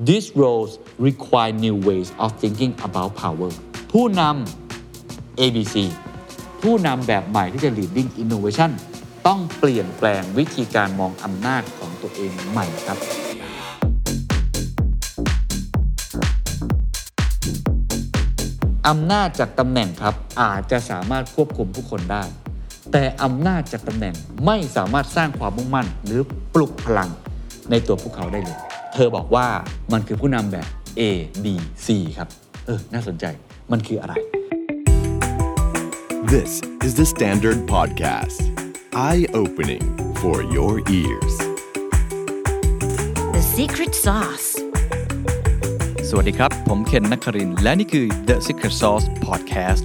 These roles require new ways of thinking about power ผู้นำ ABC ผู้นำแบบใหม่ที่จะ leading innovation ต้องเปลี่ยนแปลงวิธีการมองอำนาจของตัวเองใหม่ครับอำนาจจากตำแหน่งครับอาจจะสามารถควบคุมผู้คนได้แต่อำนาจจากตำแหน่งไม่สามารถสร้างความมุ่งมั่นหรือปลุกพลังในตัวพวกเขาได้เลยเธอบอกว่ามันคือผู้นำแบบ A B C ครับน่าสนใจมันคืออะไร This is the Standard Podcast Eye-opening for your ears The Secret Sauce สวัสดีครับผมเคนนักครินทร์และนี่คือ The Secret Sauce Podcast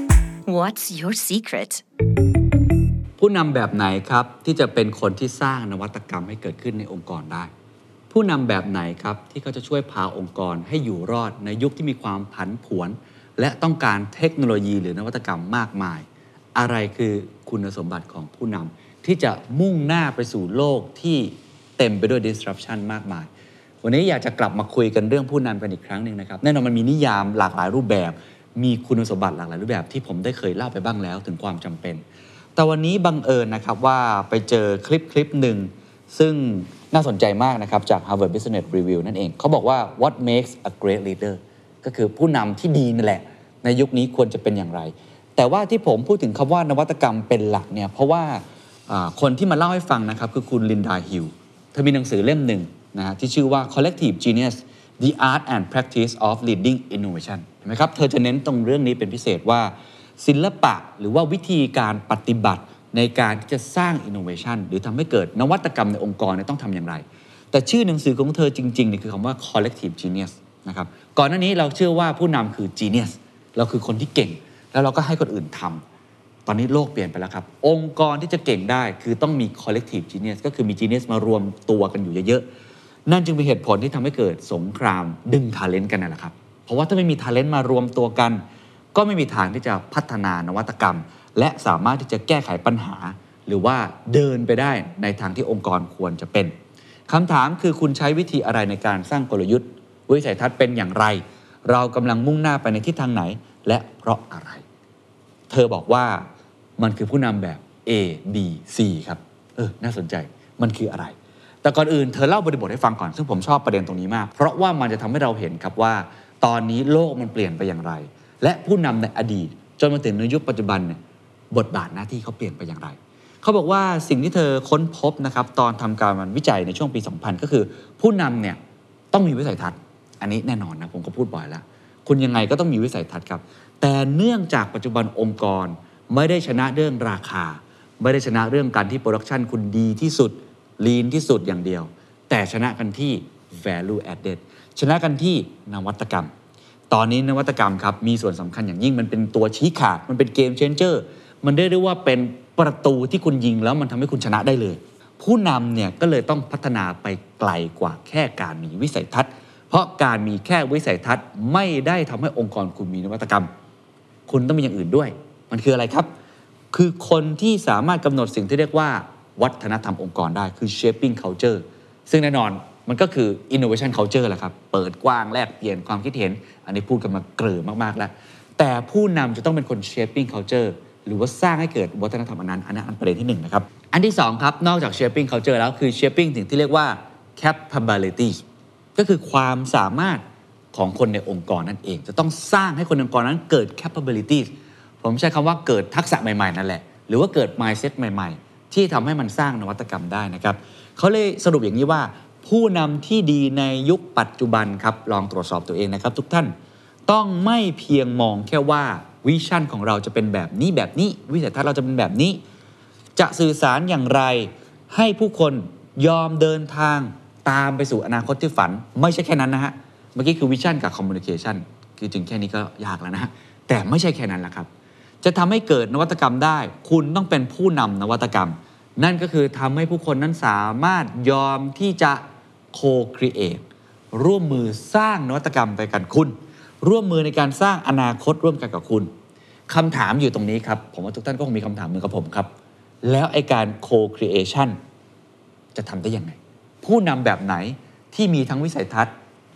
What's your secret ผู้นำแบบไหนครับที่จะเป็นคนที่สร้างนวัตกรรมให้เกิดขึ้นในองค์กรได้ผู้นำแบบไหนครับที่เขาจะช่วยพาองค์กรให้อยู่รอดในยุคที่มีความผันผวนและต้องการเทคโนโลยีหรือนวัตกรรมมากมายอะไรคือคุณสมบัติของผู้นำที่จะมุ่งหน้าไปสู่โลกที่เต็มไปด้วย disruption มากมายวันนี้อยากจะกลับมาคุยกันเรื่องผู้นำกันอีกครั้งนึงนะครับแน่นอนมันมีนิยามหลากหลายรูปแบบมีคุณสมบัติหลากหลายรูปแบบที่ผมได้เคยเล่าไปบ้างแล้วถึงความจำเป็นแต่วันนี้บังเอิญนะครับว่าไปเจอคลิปหนึ่งซึ่งน่าสนใจมากนะครับจาก Harvard Business Review นั่นเองเขาบอกว่า what makes a great leader ก็คือผู้นำที่ดีนั่นแหละในยุคนี้ควรจะเป็นอย่างไรแต่ว่าที่ผมพูดถึงคำว่านวัตกรรมเป็นหลักเนี่ยเพราะว่าคนที่มาเล่าให้ฟังนะครับคือคุณลินดาฮิลเธอมีหนังสือเล่มหนึ่งนะฮะที่ชื่อว่า Collective Genius The Art and Practice of Leading Innovation เห็นไหมครับเธอจะเน้นตรงเรื่องนี้เป็นพิเศษว่าศิลปะหรือว่าวิธีการปฏิบัติในการที่จะสร้าง innovation หรือทำให้เกิดนวัตกรรมในองค์กรต้องทำอย่างไรแต่ชื่อหนังสือของเธอจริงๆเนี่ยคือคำว่า collective genius นะครับก่อนหน้านี้เราเชื่อว่าผู้นำคือ genius เราคือคนที่เก่งแล้วเราก็ให้คนอื่นทำตอนนี้โลกเปลี่ยนไปแล้วครับองค์กรที่จะเก่งได้คือต้องมี collective genius ก็คือมี genius มารวมตัวกันอยู่เยอะๆนั่นจึงเป็นเหตุผลที่ทำให้เกิดสงครามดึง talent กันนั่นแหละครับเพราะว่าถ้าไม่มี talent มารวมตัวกันก็ไม่มีทางที่จะพัฒนานวัตกรรมและสามารถที่จะแก้ไขปัญหาหรือว่าเดินไปได้ในทางที่องค์กรควรจะเป็นคำถามคือคุณใช้วิธีอะไรในการสร้างกลยุทธ์วิสัยทัศน์เป็นอย่างไรเรากำลังมุ่งหน้าไปในทิศทางไหนและเพราะอะไรเธอบอกว่ามันคือผู้นำแบบ A B C ครับน่าสนใจมันคืออะไรแต่ก่อนอื่นเธอเล่าบริบทให้ฟังก่อนซึ่งผมชอบประเด็นตรงนี้มากเพราะว่ามันจะทำให้เราเห็นครับว่าตอนนี้โลกมันเปลี่ยนไปอย่างไรและผู้นำในอดีตจนมาถึงในยุคปัจจุบันเนี่ยบทบาทหน้าที่เขาเปลี่ยนไปอย่างไรเขาบอกว่าสิ่งที่เธอค้นพบนะครับตอนทำการวิจัยในช่วงปี 2000 ก็คือผู้นำเนี่ยต้องมีวิสัยทัศน์อันนี้แน่นอนนะผมก็พูดบ่อยแล้วคุณยังไงก็ต้องมีวิสัยทัศน์ครับแต่เนื่องจากปัจจุบันองค์กรไม่ได้ชนะเรื่องราคาไม่ได้ชนะเรื่องการที่โปรดักชันคุณดีที่สุดลีนที่สุดอย่างเดียวแต่ชนะกันที่ value added ชนะกันที่นวัตกรรมตอนนี้นวัตกรรมครับมีส่วนสำคัญอย่างยิ่งมันเป็นตัวชี้ขาดมันเป็นเกมเชนเจอร์มันได้เรียกว่าเป็นประตูที่คุณยิงแล้วมันทำให้คุณชนะได้เลยผู้นำเนี่ยก็เลยต้องพัฒนาไปไกลกว่าแค่การมีวิสัยทัศน์เพราะการมีแค่วิสัยทัศน์ไม่ได้ทำให้องค์กรคุณมีนวัตกรรมคุณต้องมีอย่างอื่นด้วยมันคืออะไรครับคือคนที่สามารถกำหนดสิ่งที่เรียกว่าวัฒนธรรมองค์กรได้คือ shaping culture ซึ่งแน่นอนมันก็คือ innovation culture แหละครับเปิดกว้างแลกเปลี่ยนความคิดเห็นอันนี้พูดกันมาเกลือมากๆแล้วแต่ผู้นำจะต้องเป็นคน shaping culture หรือว่าสร้างให้เกิดวัฒนธรรมอันนั้นอันประเด็นที่1นะครับอันที่2ครับนอกจาก shaping culture แล้วคือ shaping สิ่งที่เรียกว่า capabilities ก็คือความสามารถของคนในองค์กรนั่นเองจะต้องสร้างให้คนในองค์กรนั้นเกิด capabilities ผมใช้คำว่าเกิดทักษะใหม่ๆนั่นแหละหรือว่าเกิด mindset ใหม่ๆที่ทำให้มันสร้างนวัตกรรมได้นะครับเขาเลยสรุปอย่างนี้ว่าผู้นำที่ดีในยุคปัจจุบันครับลองตรวจสอบตัวเองนะครับทุกท่านต้องไม่เพียงมองแค่ว่าวิชั่นของเราจะเป็นแบบนี้วิสัยทัศน์เราจะเป็นแบบนี้จะสื่อสารอย่างไรให้ผู้คนยอมเดินทางตามไปสู่อนาคตที่ฝันไม่ใช่แค่นั้นนะฮะเมื่อกี้คือวิชั่นกับคอมมูนิเคชันคือจริงแค่นี้ก็ยากแล้วนะแต่ไม่ใช่แค่นั้นแหละครับจะทำให้เกิดนวัตกรรมได้คุณต้องเป็นผู้นำนวัตกรรมนั่นก็คือทำให้ผู้คนนั้นสามารถยอมที่จะco-create ร่วมมือสร้างนวัตกรรมไปกันคุณร่วมมือในการสร้างอนาคตร่วมกันกับคุณคำถามอยู่ตรงนี้ครับผมว่าทุกท่านก็คงมีคำถามเหมือนกับผมครับแล้วไอ้การ co-creation จะทำได้ยังไงผู้นำแบบไหนที่มีทั้งวิสัยทัศน์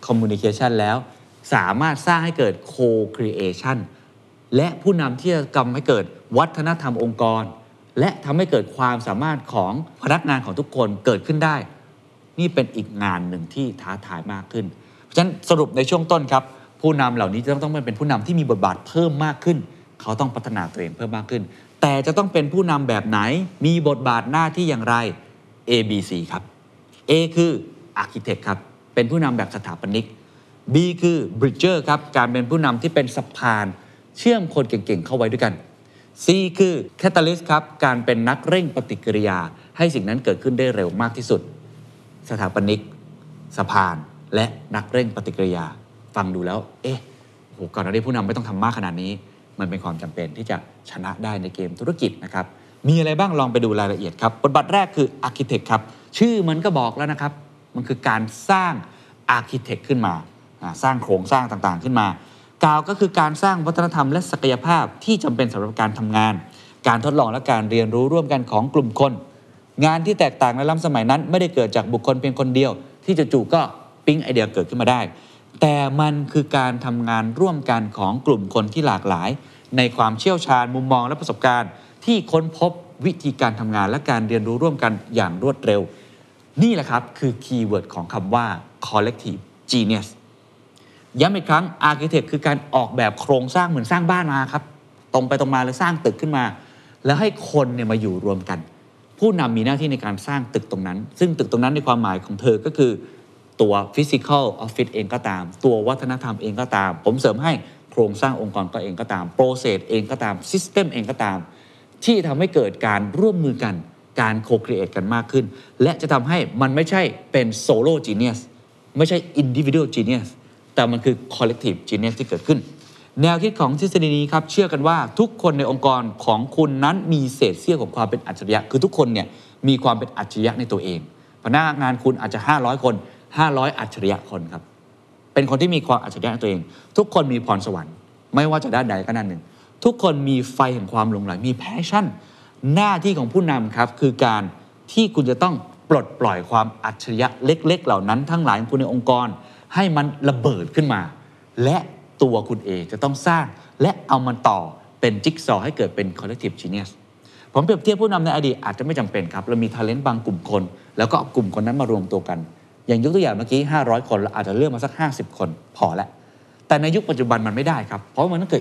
communication แล้วสามารถสร้างให้เกิด co-creation และผู้นำที่จะทำให้เกิดวัฒนธรรมองค์กรและทำให้เกิดความสามารถของพนักงานของทุกคนเกิดขึ้นได้นี่เป็นอีกงานหนึ่งที่ท้าทายมากขึ้นเพราะฉะนั้นสรุปในช่วงต้นครับผู้นำเหล่านี้จะต้องเป็นผู้นำที่มีบทบาทเพิ่มมากขึ้นเขาต้องพัฒนาตัวเองเพิ่มมากขึ้นแต่จะต้องเป็นผู้นำแบบไหนมีบทบาทหน้าที่อย่างไร A B C ครับ A คือ Architect ครับเป็นผู้นำแบบสถาปนิก B คือ Bridger ครับการเป็นผู้นำที่เป็นสะพานเชื่อมคนเก่งๆเข้าไว้ด้วยกัน C คือ Catalyst ครับการเป็นนักเร่งปฏิกิริยาให้สิ่งนั้นเกิดขึ้นได้เร็วมากที่สุดสถาปนิกสะพานและนักเร่งปฏิกิริยาฟังดูแล้วก่อนหน้านี้ผู้นำไม่ต้องทำมากขนาดนี้มันเป็นความจำเป็นที่จะชนะได้ในเกมธุรกิจนะครับมีอะไรบ้างลองไปดูรายละเอียดครับบทบาทแรกคือ Architect ครับชื่อมันก็บอกแล้วนะครับมันคือการสร้าง Architect ขึ้นมาสร้างโครงสร้างต่างๆขึ้นมากล่าวก็คือการสร้างวัฒนธรรมและศักยภาพที่จำเป็นสำหรับการทำงานการทดลองและการเรียนรู้ร่วมกันของกลุ่มคนงานที่แตกต่างและล้ำสมัยนั้นไม่ได้เกิดจากบุคคลเพียงคนเดียวที่จู่ๆก็ปิ๊งไอเดียเกิดขึ้นมาได้แต่มันคือการทำงานร่วมกันของกลุ่มคนที่หลากหลายในความเชี่ยวชาญมุมมองและประสบการณ์ที่ค้นพบวิธีการทำงานและการเรียนรู้ร่วมกันอย่างรวดเร็วนี่แหละครับคือคีย์เวิร์ดของคำว่า collective genius ย้ำอีกครั้ง Architect คือการออกแบบโครงสร้างเหมือนสร้างบ้านมาครับตรงไปตรงมาแล้วสร้างตึกขึ้นมาแล้วให้คนเนี่ยมาอยู่รวมกันผู้นำมีหน้าที่ในการสร้างตึกตรงนั้นซึ่งตึกตรงนั้นในความหมายของเธอก็คือตัว physical office เองก็ตามตัววัฒนธรรมเองก็ตามผมเสริมให้โครงสร้างองค์กรก็เองก็ตาม process เองก็ตาม system เองก็ตามที่ทำให้เกิดการร่วมมือกันการ co-create กันมากขึ้นและจะทำให้มันไม่ใช่เป็น solo genius ไม่ใช่ individual genius แต่มันคือ collective genius ที่เกิดขึ้นแนวคิดของทฤษฎีนี้ครับเชื่อกันว่าทุกคนในองค์กรของคุณนั้นมีเศษเสี้ยวของความเป็นอัจฉริยะคือทุกคนเนี่ยมีความเป็นอัจฉริยะในตัวเองพนักงานคุณอาจจะ500คน500อัจฉริยะคนครับเป็นคนที่มีความอัจฉริยะในตัวเองทุกคนมีพรสวรรค์ไม่ว่าจะด้านใดก็ด้านหนึ่งทุกคนมีไฟแห่งความหลงใหลมี passion หน้าที่ของผู้นำครับคือการที่คุณจะต้องปลดปล่อยความอัจฉริยะเล็กๆเหล่านั้นทั้งหลายของคุณในองค์กรให้มันระเบิดขึ้นมาและตัวคุณเองจะต้องสร้างและเอามันต่อเป็นจิ๊กซอว์ให้เกิดเป็น collective genius ผมเปรียบเทียบผู้นำในอดีตอาจจะไม่จำเป็นครับเรามี talent บางกลุ่มคนแล้วก็เอากลุ่มคนนั้นมารวมตัวกันอย่างยกตัวอย่างเมื่อกี้500คนเราอาจจะเลือกมาสัก50คนพอแล้วแต่ในยุคปัจจุบันมันไม่ได้ครับเพราะมันต้องเกิด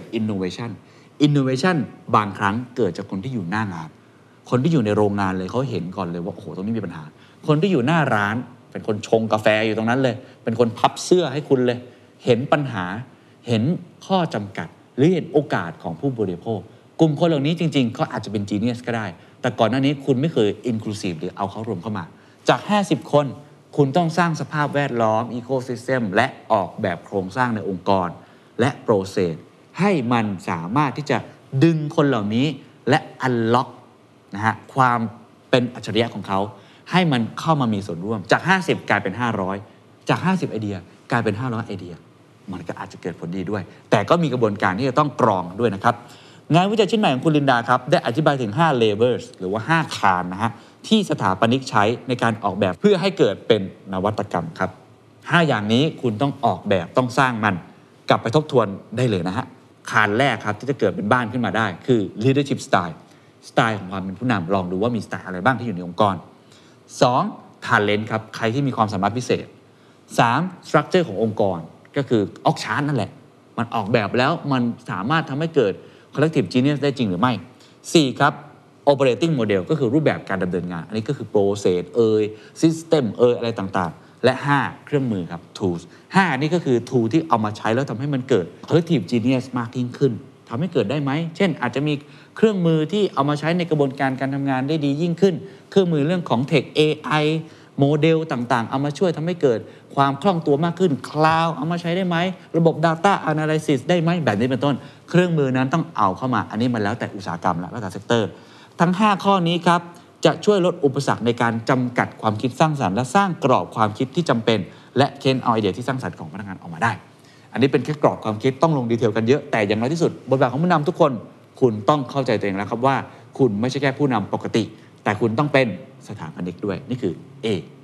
innovation บางครั้งเกิดจากคนที่อยู่หน้างานคนที่อยู่ในโรงงานเลยเขาเห็นก่อนเลยว่าโอ้โหตรงนี้มีปัญหาคนที่อยู่หน้าร้านเป็นคนชงกาแฟอยู่ตรงนั้นเลยเป็นคนพับเสื้อให้คุณเลยเห็นปัญหาเห็นข้อจำกัดหรือเห็นโอกาสของผู้บริโภคกลุ่มคนเหล่านี้จริงๆเขาอาจจะเป็น genius ก็ได้แต่ก่อนหน้านี้คุณไม่เคย inclusive หรือเอาเขารวมเข้ามาจาก50คนคุณต้องสร้างสภาพแวดล้อม ecosystem และออกแบบโครงสร้างในองค์กรและ process ให้มันสามารถที่จะดึงคนเหล่านี้และ unlock นะฮะความเป็นอัจฉริยะของเขาให้มันเข้ามามีส่วนร่วมจาก50กลายเป็น500จาก50ไอเดียกลายเป็น500ไอเดียมันก็อาจจะเกิดผลดีด้วยแต่ก็มีกระบวนการที่จะต้องกรองด้วยนะครับงานวิจัยชิ้นใหม่ของคุณลินดาครับได้อธิบายถึง5 levers หรือว่า5คานนะฮะที่สถาปนิกใช้ในการออกแบบเพื่อให้เกิดเป็นนวัตกรรมครับ5อย่างนี้คุณต้องออกแบบต้องสร้างมันกลับไปทบทวนได้เลยนะฮะคานแรกครับที่จะเกิดเป็นบ้านขึ้นมาได้คือ leadership style สไตล์ของความเป็นผู้นำลองดูว่ามีสไตล์อะไรบ้างที่อยู่ในองค์กร 2. talent ครับใครที่มีความสามารถพิเศษ 3. structure ขององค์กรก็คือออกชาร์ตนั่นแหละมันออกแบบแล้วมันสามารถทำให้เกิด collective genius ได้จริงหรือไม่ 4. ครับ operating model ก็คือรูปแบบการดำเนินงานอันนี้ก็คือ process system อะไรต่างๆและ 5. เครื่องมือครับ tools 5นี่ก็คือ tool ที่เอามาใช้แล้วทำให้มันเกิด collective genius มากยิ่งขึ้นทำให้เกิดได้ไหมเช่นอาจจะมีเครื่องมือที่เอามาใช้ในกระบวนการการทำงานได้ดียิ่งขึ้นเครื่องมือเรื่องของ Tech AI โมเดลต่างๆเอามาช่วยทำให้เกิดความคล่องตัวมากขึ้น Cloud เอามาใช้ได้ไหมระบบ Data Analysis ได้ไหมแบบนี้เป็นต้นเครื่องมือนั้นต้องเอาเข้ามาอันนี้มันแล้วแต่อุตสาหกรรมแล้วแต่เซกเตอร์ทั้ง5ข้อนี้ครับจะช่วยลดอุปสรรคในการจำกัดความคิดสร้างสรรค์และสร้างกรอบความคิดที่จำเป็นและเค้นเอาไอเดียที่สร้างสรรค์ของพนักงานออกมาได้อันนี้เป็นแค่กรอบความคิดต้องลงดีเทลกันเยอะแต่อย่างน้อยที่สุดบทบาทของผู้นำทุกคนคุณต้องเข้าใจตัวเองแล้วครับว่าคุณไม่ใช่แค่ผู้นำปกติแต่คุณต้องเป็นสถาปนิกด้วยนี่คือ A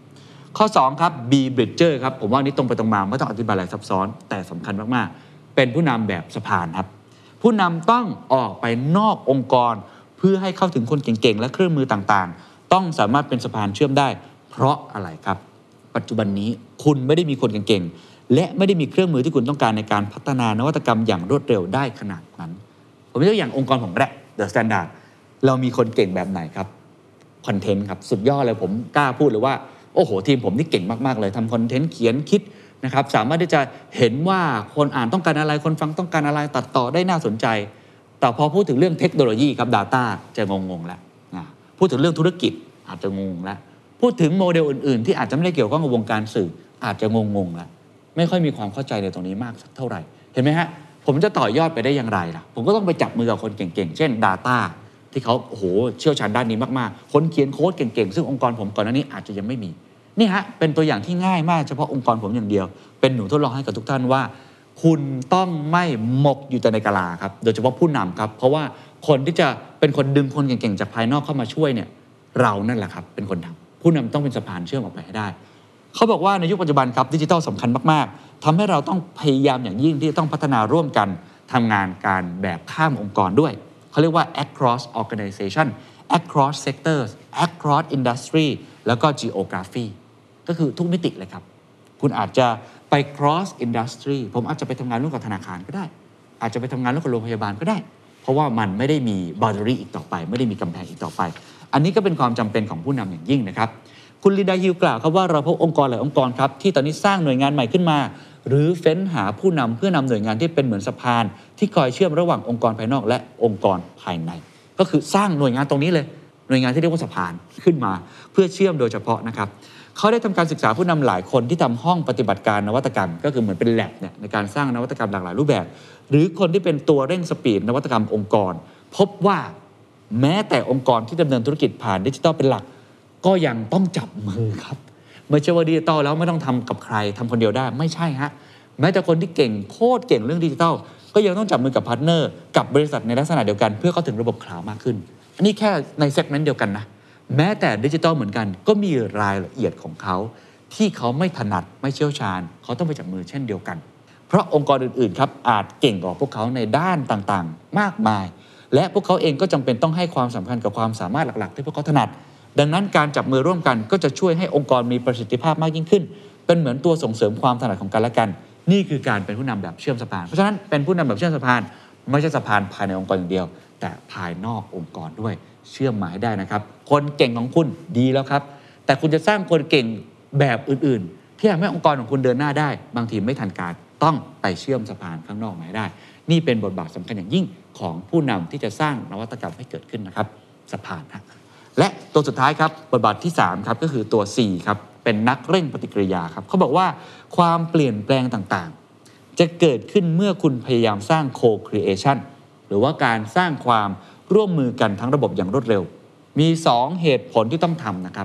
ข้อ2ครับ be bridger ครับผมว่านี้ตรงไปตรงมาไม่ต้องอธิบายอะไรซับซ้อนแต่สำคัญมากๆเป็นผู้นำแบบสะพานครับผู้นำต้องออกไปนอกองค์กรเพื่อให้เข้าถึงคนเก่งๆและเครื่องมือต่างๆต้องสามารถเป็นสะพานเชื่อมได้เพราะอะไรครับปัจจุบันนี้คุณไม่ได้มีคนเก่งๆและไม่ได้มีเครื่องมือที่คุณต้องการในการพัฒนานวัตกรรมอย่างรวดเร็วได้ขนาดนั้นผมยกตัวอย่างองค์กรผมแรก The Standard เรามีคนเก่งแบบไหนครับคอนเทนต์ครับสุดยอดเลยผมกล้าพูดเลยว่าโอ้โหทีมผมนี่เก่งมากๆเลยทำคอนเทนต์เขียนคิดนะครับสามารถที่จะเห็นว่าคนอ่านต้องการอะไรคนฟังต้องการอะไรตัดต่อได้น่าสนใจแต่พอพูดถึงเรื่องเทคโนโลยีครับ Data จะงงๆแล้วพูดถึงเรื่องธุรกิจอาจจะงงแล้วพูดถึงโมเดลอื่นๆที่อาจจะไม่ได้เกี่ยวข้องกับวงการสื่ออาจจะงงๆแล้วไม่ค่อยมีความเข้าใจในตรงนี้มากสักเท่าไหร่เห็นไหมฮะผมจะต่อยอดไปได้อย่างไรล่ะผมก็ต้องไปจับมือกับคนเก่งๆเช่น Data ที่เขาโอ้โหเชี่ยวชาญด้านนี้มากๆคนเขียนโค้ดเก่งๆซึ่งองค์กรผมก่อนหน้านี้อาจจะยังไม่มีนี่ฮะเป็นตัวอย่างที่ง่ายมากเฉพาะองค์กรผมอย่างเดียวเป็นหนูทดลองให้กับทุกท่านว่าคุณต้องไม่หมกอยู่แต่ในกะลาครับโดยเฉพาะผู้นำครับเพราะว่าคนที่จะเป็นคนดึงคนเก่งๆจากภายนอกเข้ามาช่วยเนี่ยเรานั่นแหละครับเป็นคนทำผู้นำต้องเป็นสะพานเชื่อมออกไปให้ได้เขาบอกว่าในยุคปัจจุบันครับดิจิทัลสำคัญมากๆทำให้เราต้องพยายามอย่างยิ่งที่จะต้องพัฒนาร่วมกันทำงานการแบบข้ามองค์กรด้วยเขาเรียกว่า across organization across sectors across industry แล้วก็ geography ก็คือทุกมิติเลยครับคุณอาจจะไป cross industry ผมอาจจะไปทำงานร่วมกับธนาคารก็ได้อาจจะไปทำงานร่วมกับโรงพยาบาลก็ได้เพราะว่ามันไม่ได้มี boundary อีกต่อไปไม่ได้มีกำแพงอีกต่อไปอันนี้ก็เป็นความจำเป็นของผู้นำอย่างยิ่งนะครับคุณลินดาฮิลกล่าวครับว่าเราพบองค์กรหลายองค์กรครับที่ตอนนี้สร้างหน่วยงานใหม่ขึ้นมาหรือเฟ้นหาผู้นำเพื่อนำหน่วยงานที่เป็นเหมือนสะพานที่คอยเชื่อมระหว่างองค์กรภายนอกและองค์กรภายในก็คือสร้างหน่วยงานตรงนี้เลยหน่วยงานที่เรียกว่าสะพานขึ้นมาเพื่อเชื่อมโดยเฉพาะนะครับเขาได้ทำการศึกษาผู้นำหลายคนที่ทำห้องปฏิบัติการนวัตกรรมก็คือเหมือนเป็นแลบเนี่ยในการสร้างนวัตกรรมหลากหลายรูปแบบหรือคนที่เป็นตัวเร่งสปีดนวัตกรรมองค์กรพบว่าแม้แต่องค์กรที่ดำเนินธุรกิจผ่านดิจิทัลเป็นหลักก็ยังต้องจับมือครับไม่ใช่ว่าดิจิทัลแล้วไม่ต้องทำกับใครทำคนเดียวได้ไม่ใช่ฮะแม้แต่คนที่เก่งโคตรเก่งเรื่องดิจิทัลก็ยังต้องจับมือกับพาร์ทเนอร์กับบริษัทในลักษณะเดียวกันเพื่อเข้าถึงระบบคลาวด์มากขึ้นอันนี้แค่ในเซกเมนต์เดียวกันนะแม้แต่ดิจิทัลเหมือนกันก็มีรายละเอียดของเขาที่เขาไม่ถนัดไม่เชี่ยวชาญเขาต้องไปจับมือเช่นเดียวกันเพราะองค์กรอื่นๆครับอาจเก่งกว่าพวกเขาในด้านต่างๆมากมายและพวกเขาเองก็จำเป็นต้องให้ความสำคัญกับความสามารถหลักๆที่พวกเขาถนัดดังนั้นการจับมือร่วมกันก็จะช่วยให้องค์กรมีประสิทธิภาพมากยิ่งขึ้นเป็นเหมือนตัวส่งเสริมความถนัดของกันและกันนี่คือการเป็นผู้นำแบบเชื่อมสะพานเพราะฉะนั้นเป็นผู้นำแบบเชื่อมสะพานไม่ใช่สะพานภายในองค์กรอย่างเดียวแต่ภายนอกองค์กรด้วยเชื่อมมาให้ได้นะครับคนเก่งของคุณดีแล้วครับแต่คุณจะสร้างคนเก่งแบบอื่นๆที่ทำให้องค์กรของคุณเดินหน้าได้บางทีไม่ทันการต้องไปเชื่อมสะพานข้างนอกมาให้ได้นี่เป็นบทบาทสำคัญอย่างยิ่งของผู้นำที่จะสร้างนวัตกรรมให้เกิดขึ้นนะครับสะพานนะและตัวสุดท้ายครับบทบาทที่3ครับก็คือตัว C ครับเป็นนักเร่งปฏิกิริยาครับเขาบอกว่าความเปลี่ยนแปลงต่างๆจะเกิดขึ้นเมื่อคุณพยายามสร้าง co-creation หรือว่าการสร้างความร่วมมือกันทั้งระบบอย่างรวดเร็วมี2เหตุผลที่ต้องทำนะครับ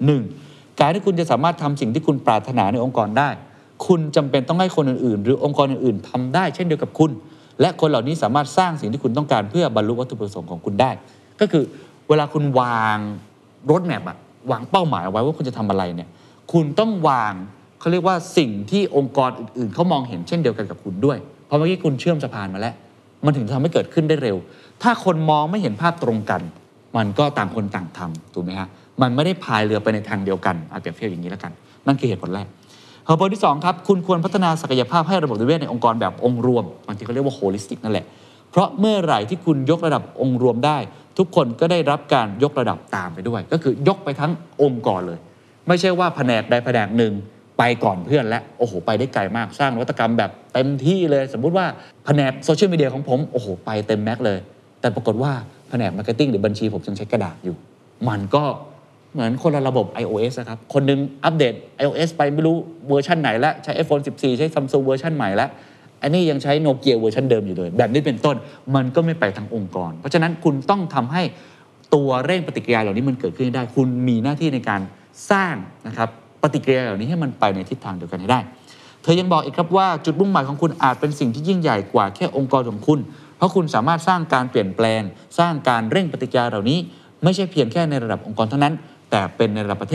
1. การที่คุณจะสามารถทำสิ่งที่คุณปรารถนาในองค์กรได้คุณจำเป็นต้องให้คนอื่นๆหรือองค์กรอื่นๆทำได้เช่นเดียวกับคุณและคนเหล่านี้สามารถสร้างสิ่งที่คุณต้องการเพื่อบรรลุวัตถุประสงค์ของคุณได้ก็คือเวลาคุณวางรถแมพวางเป้าหมายเอาไว้ว่าคุณจะทำอะไรเนี่ยคุณต้องวางเขาเรียกว่าสิ่งที่องค์กรอื่นๆเขามองเห็นเช่นเดียวกันกับคุณด้วยเพราะเมื่อกี้คุณเชื่อมสะพานมาแล้วมันถึงทำให้เกิดขึ้นได้เร็วถ้าคนมองไม่เห็นภาพตรงกันมันก็ต่างคนต่างทำถูกไหมฮะมันไม่ได้พายเรือไปในทางเดียวกันเปรียบเทียบอย่างนี้แล้วกันนั่นคือเหตุผลแรกเหตุผลที่2ครับคุณควรพัฒนาศักยภาพให้ระบบนิเวศในองค์กรแบบองค์รวมบางทีเขาเรียกว่าโฮลิสติกนั่นแหละเพราะเมื่อไหร่ที่คุณยกระดับองค์รวมได้ทุกคนก็ได้รับการยกระดับตามไปด้วยก็คือยกไปทั้งองค์กรเลยไม่ใช่ว่าแผนกใดแผนกหนึ่งไปก่อนเพื่อนและโอ้โหไปได้ไกลมากสร้างนวัตกรรมแบบเต็มที่เลยสมมุติว่าแผนกโซเชียลมีเดียของผมโอ้โหไปเต็มแม็กเลยแต่ปรากฏว่าแผนกมาร์เก็ตติ้งหรือบัญชีผมยังใช้กระดาษอยู่มันก็เหมือนคนละระบบ iOS นะครับคนนึงอัปเดต iOS ไปไม่รู้เวอร์ชันไหนแล้วใช้ iPhone 14 ใช้ Samsung เวอร์ชันใหม่แล้วอันนี้ยังใช้โนเกียเวอร์ชันเดิมอยู่เลยแบบนี้เป็นต้นมันก็ไม่ไปทั้งองค์กรเพราะฉะนั้นคุณต้องทำให้ตัวเร่งปฏิกิริยาเหล่านี้มันเกิดขึ้นได้คุณมีหน้าที่ในการสร้างนะครับปฏิกิริยาเหล่านี้ให้มันไปในทิศทางเดียวกันให้ได้เธอยังบอกอีกครับว่าจุดมุ่งหมายของคุณอาจเป็นสิ่งที่ยิ่งใหญ่กว่าแค่องค์กรของคุณเพราะคุณสามารถสร้างการเปลี่ยนแปลงสร้างการเร่งปฏิกิริยาเหล่านี้ไม่ใช่เพียงแค่ในระดับองค์กรเท่านั้นแต่เป็นในระดับประเทศ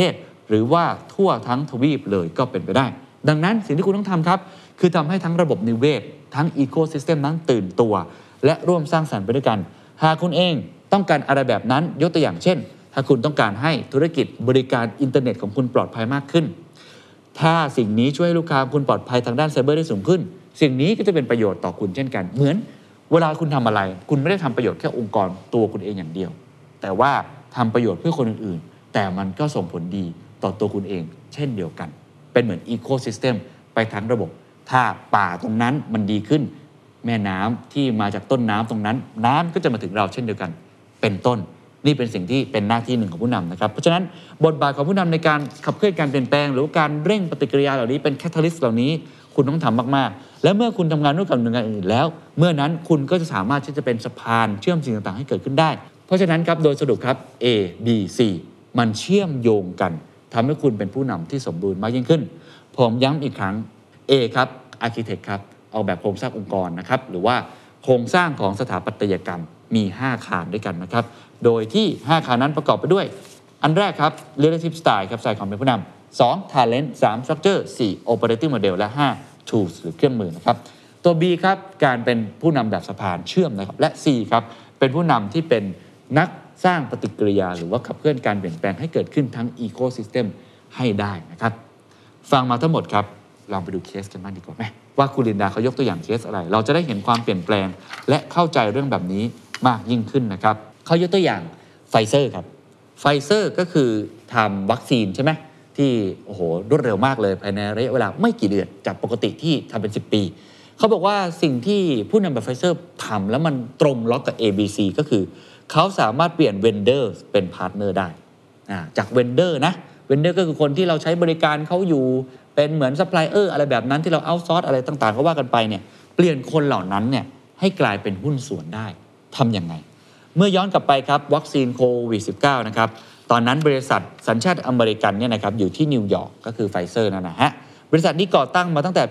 หรือว่าทั่วทั้งทวีปเลยก็เป็นไปได้ดังนั้นสิ่งที่คุณต้องทำครับคือทำให้ทั้งระบบนิเวศทั้งอีโคซิสเต็มนั้นตื่นตัวและร่วมสร้างสรรค์ไปด้วยกันหากคุณเองต้องการอะไรแบบนั้นยกตัวอย่างเช่นถ้าคุณต้องการให้ธุรกิจบริการอินเทอร์เน็ตของคุณปลอดภัยมากขึ้นถ้าสิ่งนี้ช่วยให้ลูกค้าคุณปลอดภัยทางด้านไซเบอร์ได้สูงขึ้นสิ่งนี้ก็จะเป็นประโยชน์ต่อคุณเช่นกันเหมือนเวลาคุณทำอะไรคุณไม่ได้ทำประโยชน์แค่องค์กรตัวคุณเองอย่างเดียวแต่ว่าทำประโยชน์เพื่อคนอื่นๆแต่มันก็ส่งผลดีต่อตัวคุณเองเช่นเดียวกันเป็นเหมือนอีโคซิสเต็มไปทั้งระบบถ้าป่าตรงนั้นมันดีขึ้นแม่น้ำที่มาจากต้นน้ำตรงนั้นน้ำก็จะมาถึงเราเช่นเดียวกันเป็นต้นนี่เป็นสิ่งที่เป็นหน้าที่หนึ่งของผู้นำนะครับเพราะฉะนั้นบทบาทของผู้นำในการขับเคลื่อนการเปลี่ยนแปลงหรือการเร่งปฏิกิริยาเหล่านี้เป็นแคตาลิสต์เหล่านี้คุณต้องทำมากๆและเมื่อคุณทำงานร่วมกับหน่วยงานอื่นแล้วเมื่อนั้นคุณก็จะสามารถที่จะเป็นสะพานเชื่อมสิ่งต่างๆให้เกิดขึ้นได้เพราะฉะนั้นครับโดยสรุปครับ A B C มันเชื่อมโยงกันทำให้คุณเป็นผู้นำที่สมบูรณ์มากยิ่งขึ้นผมย้ำอีกครั้ง A ครับ Architect ครับเอาแบบโครงสร้างองค์กรนะครับหรือว่าโครงสร้างของสถาปัตยกรรมมี5อาคารด้วยกันนะครับโดยที่5อาคารนั้นประกอบไปด้วยอันแรกครับ Leadership Style ครับสไตล์ของเป็นผู้นำ2 Talent 3 Structure 4 Operating Model และ5 Tools หรือเครื่องมือนะครับตัว B ครับการเป็นผู้นำแบบสะพานเชื่อมนะครับและ C ครับเป็นผู้นำที่เป็นนักสร้างปฏิกิริยาหรือว่าขับเคลื่อนการเปลี่ยนแปลงให้เกิดขึ้นทั้ง Ecosystem ให้ได้นะครับฟังมาทั้งหมดครับลองไปดูเคสกันบ้างดีกว่าไหมว่าคุณลินดาเขายกตัวอย่างเคสอะไรเราจะได้เห็นความเปลี่ยนแปลงและเข้าใจเรื่องแบบนี้มากยิ่งขึ้นนะครับเขายกตัวอย่างไฟเซอร์ครับไฟเซอร์ก็คือทำวัคซีนใช่ไหมที่โอ้โหรวดเร็วมากเลยภายในระยะเวลาไม่กี่เดือนจากปกติที่ทำเป็น10 ปีเขาบอกว่าสิ่งที่ผู้นำแบบไฟเซอร์ทำแล้วมันตรงล็อกกับ ABC ก็คือเขาสามารถเปลี่ยนเวนเดอร์เป็นพาร์ทเนอร์ได้จากเวนเดอร์นะเวนเดอร์ก็คือคนที่เราใช้บริการเขาอยู่เป็นเหมือนซัพพลายเออร์อะไรแบบนั้นที่เราเอาซอร์สอะไรต่างๆก็ว่ากันไปเนี่ยเปลี่ยนคนเหล่านั้นเนี่ยให้กลายเป็นหุ้นส่วนได้ทำยังไงเมื่อย้อนกลับไปครับวัคซีนโควิด -19 นะครับตอนนั้นบริษัทสัญชาติอเมริกันเนี่ยนะครับอยู่ที่นิวยอร์กก็คือไฟเซอร์นั่นนะฮะบริษัทนี้ก่อตั้งมาตั้งแต่ปี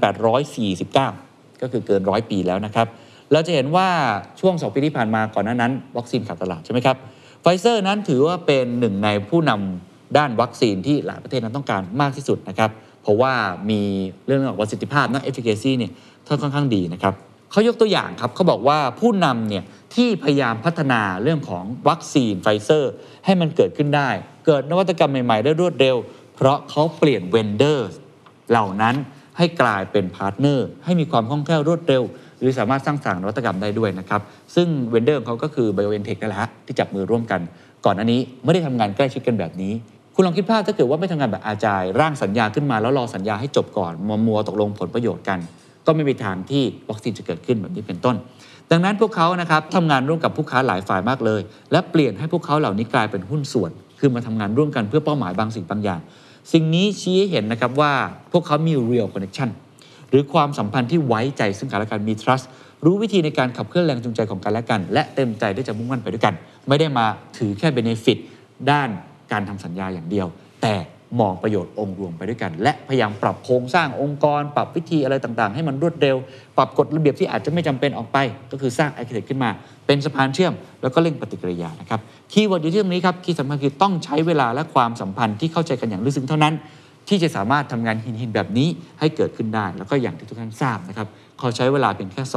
1849 ก็คือเกิน100 ปีแล้วนะครับเราจะเห็นว่าช่วง2 ปีที่ผ่านมาก่อนหน้านั้นวัคซีนขาดตลาดใช่ไหมครับไฟเซอร์นั้นถือว่าเป็นหนึ่งในผู้นำด้านวัคซีนที่หลายประเทศนั้นต้องการมากที่สุดนะครับเพราะว่ามีเรื่องของประสิทธิภาพนะ efficacy เนี่ยค่อนข้างดีนะครับเขายกตัวอย่างครับเขาบอกว่าผู้นำเนี่ยที่พยายามพัฒนาเรื่องของวัคซีนไฟเซอร์ให้มันเกิดขึ้นได้เกิดนวัตกรรมใหม่ๆได้รวดเร็วเพราะเขาเปลี่ยนเวนเดอร์เหล่านั้นให้กลายเป็นพาร์ทเนอร์ให้มีความคล่องแคล่วรวดเร็วหรือสามารถสร้างสรรค์นวัตกรรมได้ด้วยนะครับซึ่งเวนเดอร์ของเขาก็คือ BioNTech นั่นแหละฮะที่จับมือร่วมกันก่อนอันนี้ไม่ได้ทำงานใกล้ชิดกันแบบนี้คุณลองคิดภาพถ้าเกิดว่าไม่ทำงานแบบอาจายร่างสัญญาขึ้นมาแล้วรอสัญญาให้จบก่อนมัวตกลงผลประโยชน์กันก็ไม่มีทางที่วัคซีนจะเกิดขึ้นแบบนี้เป็นต้นดังนั้นพวกเขานะครับทำงานร่วมกับผู้ค้าหลายฝ่ายมากเลยและเปลี่ยนให้พวกเขาเหล่านี้กลายเป็นหุ้นส่วนคือมาทำงานร่วมกันเพื่อเป้าหมายบางสิ่งบางอย่างสิ่งนี้ชี้ให้เห็นนะครับว่าพวกเขามี real connection หรือความสัมพันธ์ที่ไว้ใจซึ่งกันและกันมี trust รู้วิธีในการขับเคลื่อนแรงจูงใจของกันและกันและเต็มใจที่จะมุ่งมั่นไปด้วยกันไม่ได้มาถือแค่ benefit ด้านการทำสัญญาอย่างเดียวแต่มองประโยชน์องค์รวมไปด้วยกันและพยายามปรับโครงสร้างองค์กรปรับวิธีอะไรต่างๆให้มันรวดเร็วปรับกฎระเบียบที่อาจจะไม่จำเป็นออกไปก็คือสร้าง architect ขึ้นมาเป็นสะพานเชื่อมแล้วก็เร่งปฏิกิริยานะครับคีย์เวิร์ดอยู่ที่ตรงนี้ครับคีย์สำคัญคือต้องใช้เวลาและความสัมพันธ์ที่เข้าใจกันอย่างลึกซึ้งเท่านั้นที่จะสามารถทำงานหินๆแบบนี้ให้เกิดขึ้นได้แล้วก็อย่างที่ทุกท่านทราบนะครับเขาใช้เวลาเพียงแค่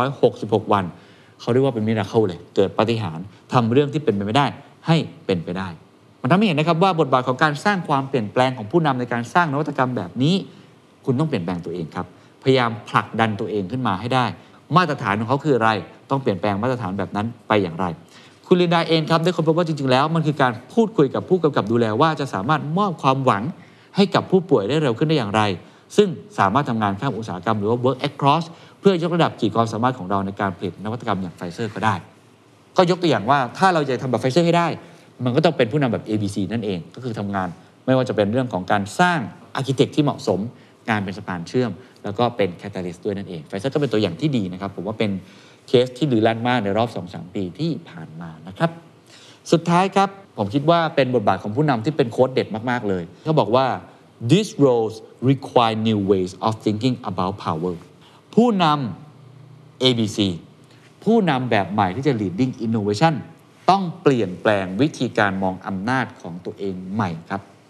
266 วันเขาเรียกว่าเป็นมิราเคิลเลยเกิดปาฏิหาริย์ทำเรื่องที่เป็นไปไม่ได้ให้เป็นไปได้มันทำให้เห็นนะครับว่าบทบาทของการสร้างความเปลี่ยนแปลงของผู้นำในการสร้างนวัตกรรมแบบนี้คุณต้องเปลี่ยนแปลงตัวเองครับพยายามผลักดันตัวเองขึ้นมาให้ได้มาตรฐานของเขาคืออะไรต้องเปลี่ยนแปลงมาตรฐานแบบนั้นไปอย่างไรคุณลินดาเองครับได้ค้นพบว่าจริงๆแล้วมันคือการพูดคุยกับผู้กำกับดูแลว่าจะสามารถมอบความหวังให้กับผู้ป่วยได้เร็วขึ้นได้อย่างไรซึ่งสามารถทำงานข้ามอุตสาหกรรมหรือว่า work across เพื่อยกระดับขีดความสามารถของเราในการผลิตนวัตกรรมอย่างไฟเซอร์ก็ได้ก็ยกตัวอย่างว่าถ้าเราจะทำแบบไฟเซอร์ให้ได้มันก็ต้องเป็นผู้นำแบบ ABC นั่นเองก็คือทำงานไม่ว่าจะเป็นเรื่องของการสร้างอาร์คิเทคที่เหมาะสมการเป็นสะพานเชื่อมแล้วก็เป็นแคตาลิสต์ด้วยนั่นเองไฟเซอร์ก็เป็นตัวอย่างที่ดีนะครับผมว่าเป็นเคสที่ลือลั่นมากในรอบ 2-3 ปีที่ผ่านมานะครับสุดท้ายครับผมคิดว่าเป็นบทบาทของผู้นำที่เป็นโค้ดเด็ดมากๆเลยเขาบอกว่า these roles require new ways of thinking about power ผู้นำ ABC ผู้นำแบบใหม่ที่จะ leading innovationต้องเปลี่ยนแปลงวิธีการมองอำนาจของตัวเองใหม่ครับ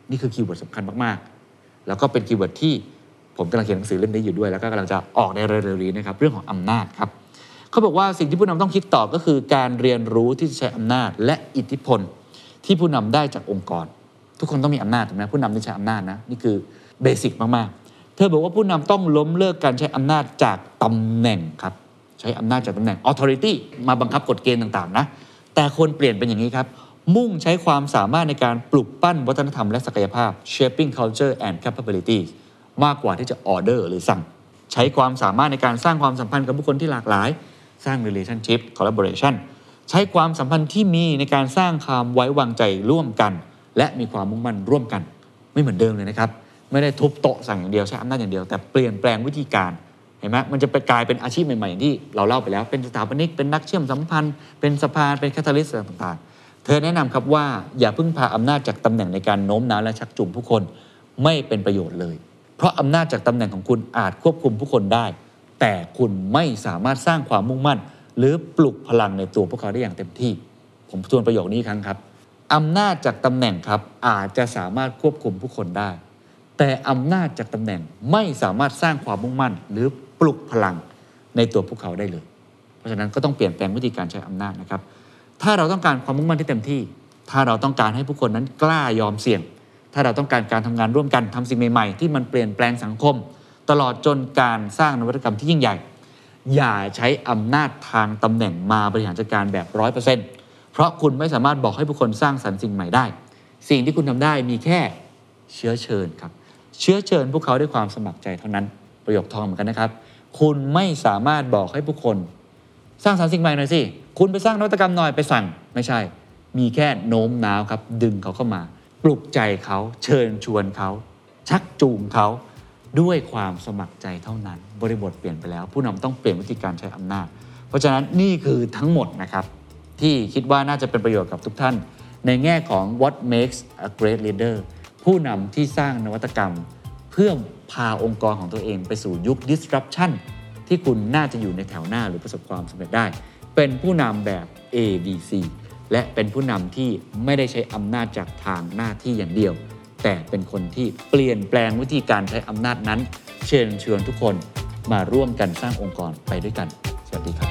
นี่คือคีย์เวิร์ดสำคัญมากๆแล้วก็เป็นคีย์เวิร์ดที่ผมกำลังเขียนหนังสือเล่มนี้อยู่ด้วยแล้วก็กำลังจะออกในเร็วๆนี้นะครับเรื่องของอำนาจครับเขาบอกว่าสิ่งที่ผู้นำต้องคิดต่อก็คือการเรียนรู้ที่จะใช้อำนาจและอิทธิพลที่ผู้นำได้จากองค์กรทุกคนต้องมีอำนาจถูกไหมผู้นำต้องใช้อำนาจนะนี่คือเบสิกมากๆเธอบอกว่าผู้นำต้องล้มเลิกการใช้อำนาจจากตำแหน่งครับใช้อำนาจจากตำแหน่ง authority มาบังคับกฎเกณฑ์ต่างๆนะแต่ควรเปลี่ยนเป็นอย่างนี้ครับมุ่งใช้ความสามารถในการปลุกปั้นวัฒนธรรมและศักยภาพ shaping culture and capabilities มากกว่าที่จะ order หรือสั่งใช้ความสามารถในการสร้างความสัมพันธ์กับผู้คนที่หลากหลายสร้าง relationship collaboration ใช้ความสัมพันธ์ที่มีในการสร้างความไว้วางใจร่วมกันและมีความมุ่งมั่นร่วมกันไม่เหมือนเดิมเลยนะครับไม่ได้ทุบโต๊ะสั่งอย่างเดียวใช้อำนาจอย่างเดียวแต่เปลี่ยนแปลงวิธีการเห็นไหมมันจะไปกลายเป็นอาชีพใหม่ๆอย่างที่เราเล่าไปแล้วเป็นสถาปนิกเป็นนักเชื่อมสัมพันธ์เป็นสะพานเป็นแคทาลิสต์ต่างๆเธอแนะนำครับว่าอย่าพึ่งพาอำนาจจากตำแหน่งในการโน้มน้าวและชักจูงผู้คนไม่เป็นประโยชน์เลยเพราะอำนาจจากตำแหน่งของคุณอาจควบคุมผู้คนได้แต่คุณไม่สามารถสร้างความมุ่งมั่นหรือปลุกพลังในตัวพวกเขาได้อย่างเต็มที่ผมทวนประโยคนี้อีกครั้งครับอำนาจจากตำแหน่งครับอาจจะสามารถควบคุมผู้คนได้แต่อำนาจจากตำแหน่งไม่สามารถสร้างความมุ่งมั่นหรือปลุกพลังในตัวพวกเขาได้เลยเพราะฉะนั้นก็ต้องเปลี่ยนแปลงวิธีการใช้อำนาจนะครับถ้าเราต้องการความมุ่งมั่นที่เต็มที่ถ้าเราต้องการให้ผู้คนนั้นกล้ายอมเสี่ยงถ้าเราต้องการการทำงานร่วมกันทำสิ่งใหม่ๆที่มันเปลี่ยนแปลงสังคมตลอดจนการสร้างนวัตกรรมที่ยิ่งใหญ่อย่าใช้อำนาจทางตำแหน่งมาบริหารจัดการแบบ 100% เพราะคุณไม่สามารถบอกให้ผู้คนสร้างสรรค์สิ่งใหม่ได้สิ่งที่คุณทำได้มีแค่เชื้อเชิญครับเชื้อเชิญพวกเขาด้วยความสมัครใจเท่านั้นประโยคทองเหมือนกันนะครับคุณไม่สามารถบอกให้ผู้คนสร้างสรรค์สิ่งใหม่หน่อยสิคุณไปสร้างนวัตกรรมหน่อยไปสั่งไม่ใช่มีแค่โน้มน้าวครับดึงเขาเข้ามาปลุกใจเขาเชิญชวนเขาชักจูงเขาด้วยความสมัครใจเท่านั้นบริบทเปลี่ยนไปแล้วผู้นำต้องเปลี่ยนวิธีการใช้อำนาจเพราะฉะนั้นนี่คือทั้งหมดนะครับที่คิดว่าน่าจะเป็นประโยชน์กับทุกท่านในแง่ของ what makes a great leader ผู้นำที่สร้างนวัตกรรมเพื่อพาองค์กรของตัวเองไปสู่ยุค disruption ที่คุณน่าจะอยู่ในแถวหน้าหรือประสบความสำเร็จได้เป็นผู้นำแบบ ABC และเป็นผู้นำที่ไม่ได้ใช้อำนาจจากทางหน้าที่อย่างเดียวแต่เป็นคนที่เปลี่ยนแปลงวิธีการใช้อำนาจนั้นเชิญชวนทุกคนมาร่วมกันสร้างองค์กรไปด้วยกันสวัสดีครับ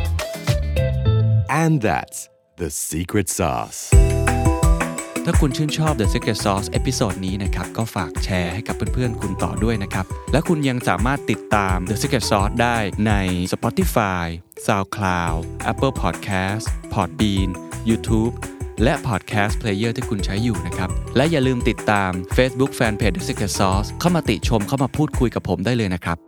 And that's the secret sauce. ถ้าคุณชื่นชอบ The Secret Sauce เอพิโซดนี้นะครับก็ฝากแชร์ให้กับเพื่อนๆคุณต่อด้วยนะครับและคุณยังสามารถติดตาม The Secret Sauce ได้ใน Spotify, SoundCloud, Apple Podcast, Podbean, YouTube และ Podcast Player ที่คุณใช้อยู่นะครับและอย่าลืมติดตาม Facebook Fanpage The Secret Sauce เข้ามาติชมเข้ามาพูดคุยกับผมได้เลยนะครับ